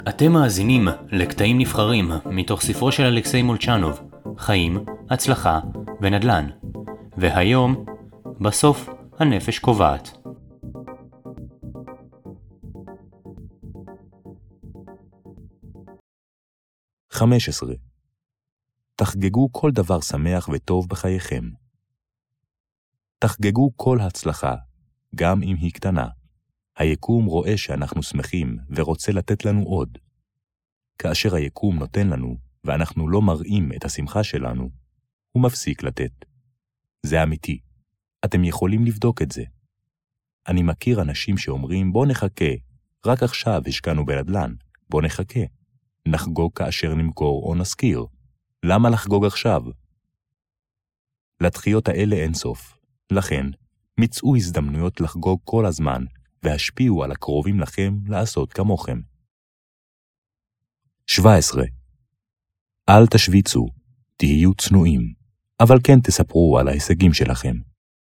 אתם מאזינים לקטעים נבחרים מתוך ספרו של אלכסיי מולצ'נוב, חיים, הצלחה ונדל"ן. והיום, בסוף הנפש קובעת. תחגגו כל דבר שמח וטוב בחייכם. תחגגו כל הצלחה, גם אם היא קטנה. היקום רואה שאנחנו שמחים ורוצה לתת לנו עוד. כאשר היקום נותן לנו ואנחנו לא מראים את השמחה שלנו, הוא מפסיק לתת. זה אמיתי. אתם יכולים לבדוק את זה. אני מכיר אנשים שאומרים, בוא נחכה, רק עכשיו השקענו בנדל"ן, בוא נחכה. נחגוג כאשר נמכור או נזכיר. למה לחגוג עכשיו? לדחיות האלה אין סוף. לכן, מצאו הזדמנויות לחגוג כל הזמן, והשפיעו על הקרובים לכם לעשות כמוכם. 17. אל תשוויצו, תהיו צנועים, אבל כן תספרו על ההישגים שלכם.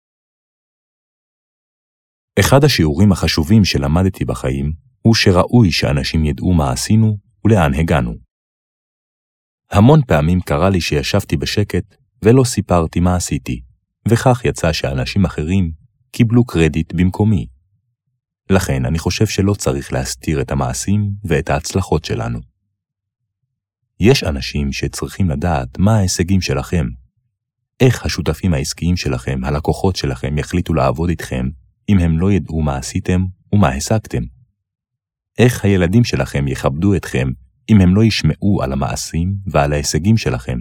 אחד השיעורים החשובים שלמדתי בחיים, הוא שראוי שאנשים ידעו מה עשינו ולאן הגענו. המון פעמים קרה לי שישבתי בשקט ולא סיפרתי מה עשיתי, וכך יצא שאנשים אחרים קיבלו קרדיט במקומי. לכן אני חושב שלא צריך להסתיר את המעשים ואת ההצלחות שלנו. יש אנשים שצריכים לדעת מה ההישגים שלכם, איך השותפים העסקיים שלכם, הלקוחות שלכם יחליטו לעבוד איתכם אם הם לא ידעו מה עשיתם ומה השגתם. איך הילדים שלכם יכבדו אתכם אם הם לא ישמעו על המעשים ועל ההישגים שלכם.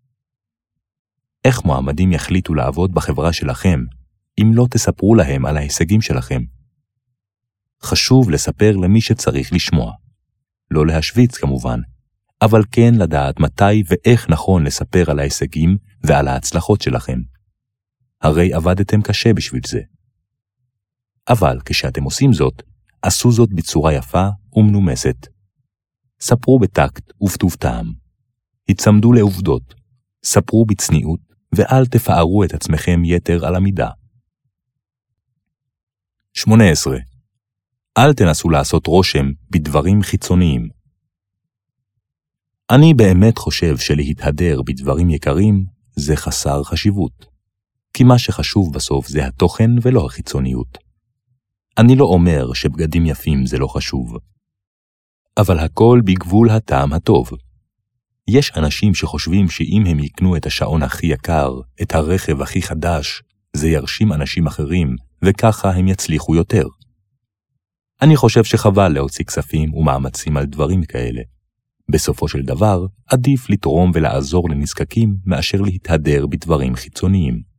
איך מועמדים יחליטו לעבוד בחברה שלכם אם לא תספרו להם על ההישגים שלכם. חשוב לספר למי שצריך לשמוע. לא להשוויץ כמובן, אבל כן לדעת מתי ואיך נכון לספר על ההישגים ועל ההצלחות שלכם. הרי עבדתם קשה בשביל זה. אבל כשאתם עושים זאת, עשו זאת בצורה יפה ומנומסת. ספרו בטקט ובטוב טעם. הצמדו לעובדות. ספרו בצניעות ואל תפארו את עצמכם יתר על המידה. 18. אל תנסו לעשות רושם בדברים חיצוניים. אני באמת חושב שלהתהדר בדברים יקרים זה חסר חשיבות. כי מה שחשוב בסוף זה התוכן ולא החיצוניות. אני לא אומר שבגדים יפים זה לא חשוב. אבל הכל בגבול הטעם הטוב. יש אנשים שחושבים שאם הם יקנו את השעון הכי יקר, את הרכב הכי חדש, זה ירשים אנשים אחרים, וככה הם יצליחו יותר. אני חושב שחבל להוציא כספים ומאמצים על דברים כאלה. בסופו של דבר, עדיף לתרום ולעזור לנזקקים מאשר להתהדר בדברים חיצוניים.